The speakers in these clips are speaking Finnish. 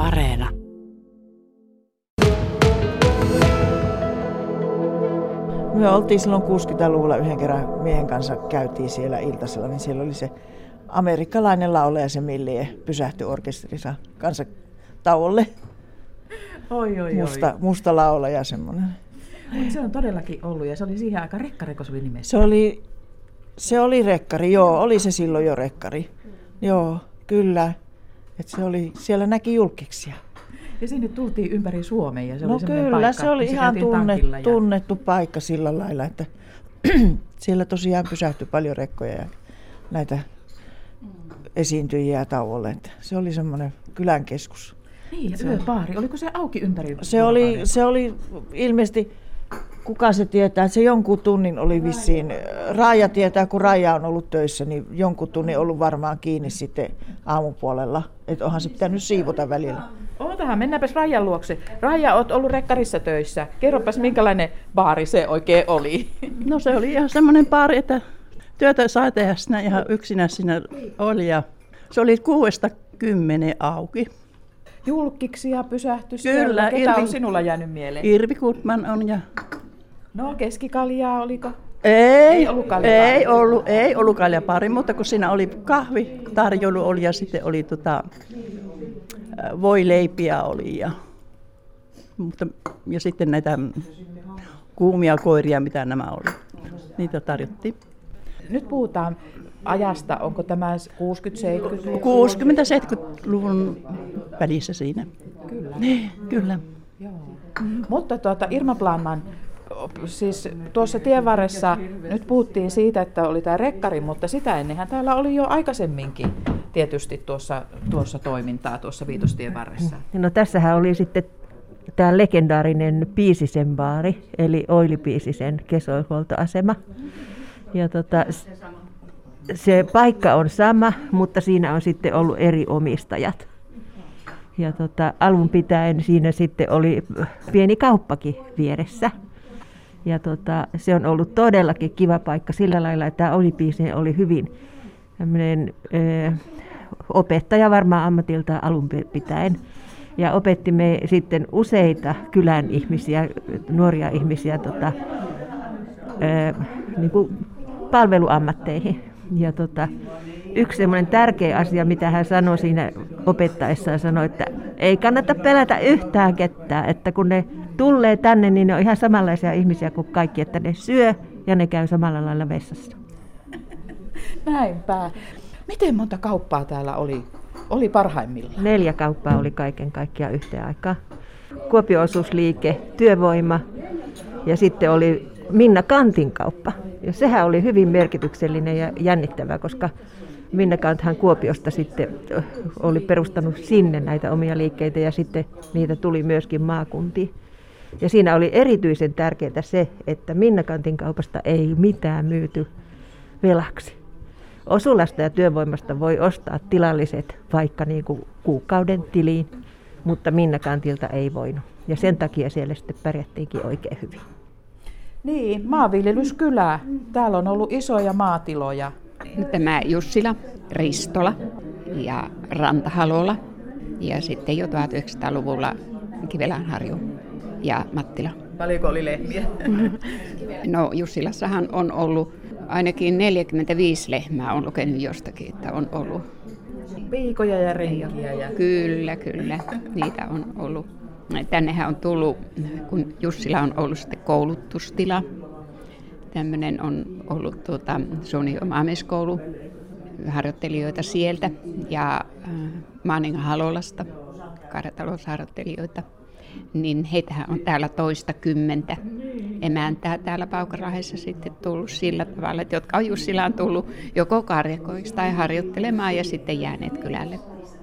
Areena. Me oltiin silloin 60-luvulla yhden kerran miehen kanssa käytiin siellä iltasella, niin siellä oli se amerikkalainen laulaja, se Millie, pysähtyi orkesterinsa kanssa tauolle. Oi. Musta laulaja semmoinen. Mutta se on todellakin ollut ja se oli siihen aikaan rekkariko se oli nimessä? Se oli rekkari, joo, oli se silloin jo rekkari. Joo, kyllä. Et siellä näki julkkiksia. Ja sinne tultiin ympäri Suomea ja se no oli semmoinen kyllä, paikka. Se oli ihan Ja tunnettu paikka sillä lailla, että siellä tosiaan pysähtyi paljon rekkoja ja näitä esiintyjiä tauolle. Että se oli semmoinen kylän keskus. Niin, ja yöbaari. Oliko se auki ympäri? Se oli ilmeisesti, kuka se tietää, että se jonkun tunnin oli vissiin, Raija tietää, kun Raija on ollut töissä, niin jonkun tunnin ollut varmaan kiinni sitten aamupuolella. Että onhan se pitänyt siivota välillä. Ootahan, mennäänpäs Raijan luokse. Raija, oot ollut rekkarissa töissä. Kerropas, minkälainen baari se oikein oli? No se oli ihan semmoinen baari, että työtä sai tehdä siinä ihan yksinä siinä oli. Ja se oli 6-10 auki. Julkkiksia pysähtyi Kyllä, siellä. Ketä on sinulla jäänyt mieleen? Irvi Gutman on ja... No, keskikaljaa oliko? Ei ollut kaljapaari, mutta kun siinä oli kahvitarjoilu oli ja sitten oli voileipiä oli ja sitten näitä kuumia koiria, mitä nämä oli. Niitä tarjottiin. Nyt puhutaan ajasta, onko tämä 60-70-luvun? 60-70-luvun välissä siinä. Kyllä. Kyllä. Joo. Mutta Irma Planman, siis tuossa tienvarressa nyt puhuttiin siitä, että oli tämä rekkari, mutta sitä ennenhän täällä oli jo aikaisemminkin tietysti tuossa toimintaa tuossa Viitostien varressa. No tässähän oli sitten tämä legendaarinen Piisisen baari, eli Oili Piisisen kesoihuoltoasema. Ja se paikka on sama, mutta siinä on sitten ollut eri omistajat. Ja alun pitäen siinä sitten oli pieni kauppakin vieressä. Ja se on ollut todellakin kiva paikka sillä lailla, että tämä Oili Piisinen oli hyvin opettaja varmaan ammatiltaan alun pitäen. Ja opetti me sitten useita kylän ihmisiä, nuoria ihmisiä niin kuin palveluammatteihin. Ja yksi semmoinen tärkeä asia, mitä hän sanoi siinä opettaessaan, sanoi, että ei kannata pelätä yhtään ketään, että kun ne tulee tänne, niin ne on ihan samanlaisia ihmisiä kuin kaikki, että ne syö ja ne käy samalla lailla vessassa. Näinpä. Miten monta kauppaa täällä oli parhaimmillaan? 4 kauppaa oli kaiken kaikkiaan yhteen aikaan. Kuopion osuusliike, työvoima ja sitten oli Minna Kantin kauppa. Ja sehän oli hyvin merkityksellinen ja jännittävä, koska Minna Kanthan Kuopiosta sitten oli perustanut sinne näitä omia liikkeitä ja sitten niitä tuli myöskin maakuntiin. Ja siinä oli erityisen tärkeää se, että Minna Kantin kaupasta ei mitään myyty velaksi. Osulasta ja työvoimasta voi ostaa tilalliset vaikka niin kuin kuukauden tiliin, mutta Minna Kantilta ei voinut. Ja sen takia siellä sitten pärjättiinkin oikein hyvin. Niin, maanviljelyskylä. Täällä on ollut isoja maatiloja. Tämä Jussila, Ristola ja Rantahalola ja sitten jo 1900-luvulla Kivelänharju ja Mattila. Paljonko oli lehmiä? No Jussilassahan on ollut ainakin 45 lehmää, on lukenut jostakin, että on ollut. Piikoja ja renkiä. Kyllä, niitä on ollut. Tännehän on tullut, kun Jussila on ollut sitten koulutustila. Tämmöinen on ollut Suoni omaamieskoulu, harjoittelijoita sieltä ja Maaningan Halolasta, karjatalousharjoittelijoita. Niin heitähän on täällä 20 emäntää täällä Paukarahessa sitten tullut sillä tavalla, että jotka on Jussilaan tullut joko karjakoiksi tai harjoittelemaan ja sitten jääneet kylälle.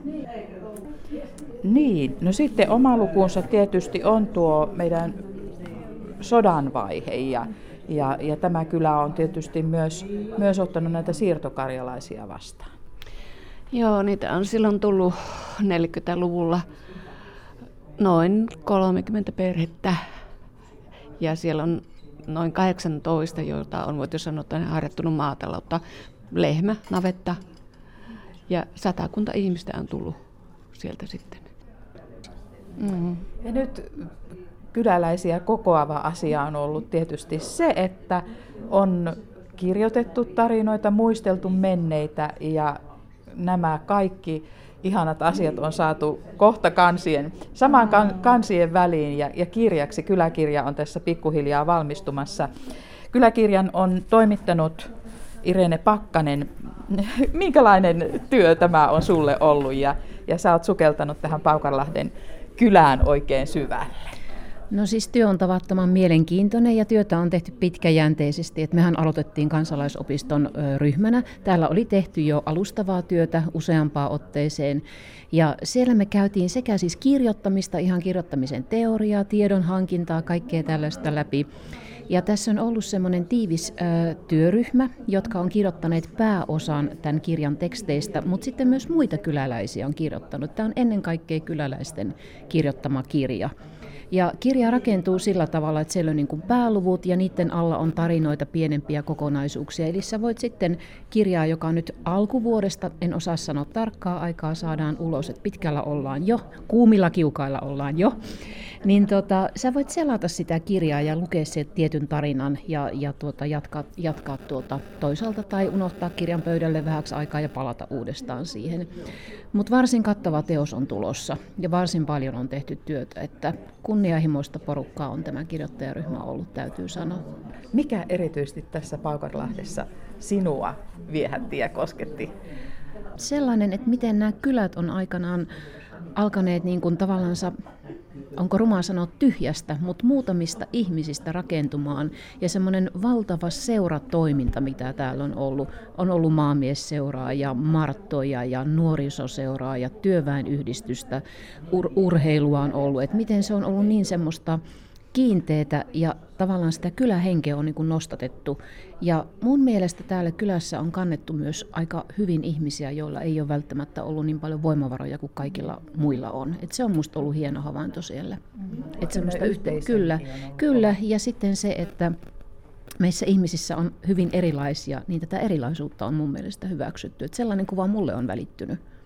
Niin, no sitten oma lukunsa tietysti on tuo meidän sodan vaihe ja tämä kylä on tietysti myös ottanut näitä siirtokarjalaisia vastaan. Joo, niitä on silloin tullut 40-luvulla noin 30 perhettä ja siellä on noin 18, joita on voitu sanoa, että harjoittunut maataloutta, lehmä, navetta ja 100 ihmistä on tullut sieltä sitten. Ja nyt kyläläisiä kokoava asia on ollut tietysti se, että on kirjoitettu tarinoita, muisteltu menneitä ja nämä kaikki ihanat asiat on saatu kohta saman kansien väliin ja kirjaksi. Kyläkirja on tässä pikkuhiljaa valmistumassa. Kyläkirjan on toimittanut Irene Pakkanen. Minkälainen työ tämä on sulle ollut ja sä oot sukeltanut tähän Paukanlahden kylään oikein syvälle? No siis työ on tavattoman mielenkiintoinen ja työtä on tehty pitkäjänteisesti. Et mehän aloitettiin kansalaisopiston ryhmänä. Täällä oli tehty jo alustavaa työtä useampaan otteeseen. Ja siellä me käytiin sekä siis kirjoittamista, ihan kirjoittamisen teoriaa, tiedon hankintaa, kaikkea tällaista läpi. Ja tässä on ollut semmoinen tiivis työryhmä, jotka on kirjoittaneet pääosan tämän kirjan teksteistä, mutta sitten myös muita kyläläisiä on kirjoittanut. Tämä on ennen kaikkea kyläläisten kirjoittama kirja. Ja kirja rakentuu sillä tavalla, että siellä on niin kuin pääluvut ja niiden alla on tarinoita, pienempiä kokonaisuuksia. Eli sä voit sitten kirjaa, joka nyt alkuvuodesta, en osaa sanoa tarkkaa aikaa, saadaan ulos, että pitkällä ollaan jo, kuumilla kiukailla ollaan jo, niin sä voit selata sitä kirjaa ja lukea sen tietyn tarinan ja jatkaa toisaalta tai unohtaa kirjan pöydälle vähäksi aikaa ja palata uudestaan siihen. Mutta varsin kattava teos on tulossa ja varsin paljon on tehty työtä, että kunnianhimoista porukkaa on tämä kirjoittajaryhmä ollut, täytyy sanoa. Mikä erityisesti tässä Paukanlahdessa sinua viehätti ja kosketti? Sellainen, että miten nämä kylät on aikanaan alkaneet niin kuin tavallansa, onko rumaa sanoa tyhjästä, mutta muutamista ihmisistä rakentumaan. Ja semmoinen valtava seuratoiminta, mitä täällä on ollut maamiesseuraa ja marttoja ja nuorisoseuraa ja työväenyhdistystä, urheilua on ollut. Että miten se on ollut niin semmoista kiinteetä ja tavallaan sitä kylähenkeä on niin kuin nostatettu. Ja mun mielestä täällä kylässä on kannettu myös aika hyvin ihmisiä, joilla ei ole välttämättä ollut niin paljon voimavaroja kuin kaikilla muilla on. Et se on musta ollut hieno havainto siellä. Et semmoista kyllä. Ja sitten se, että meissä ihmisissä on hyvin erilaisia, niin tätä erilaisuutta on mun mielestä hyväksytty. Et sellainen kuva mulle on välittynyt.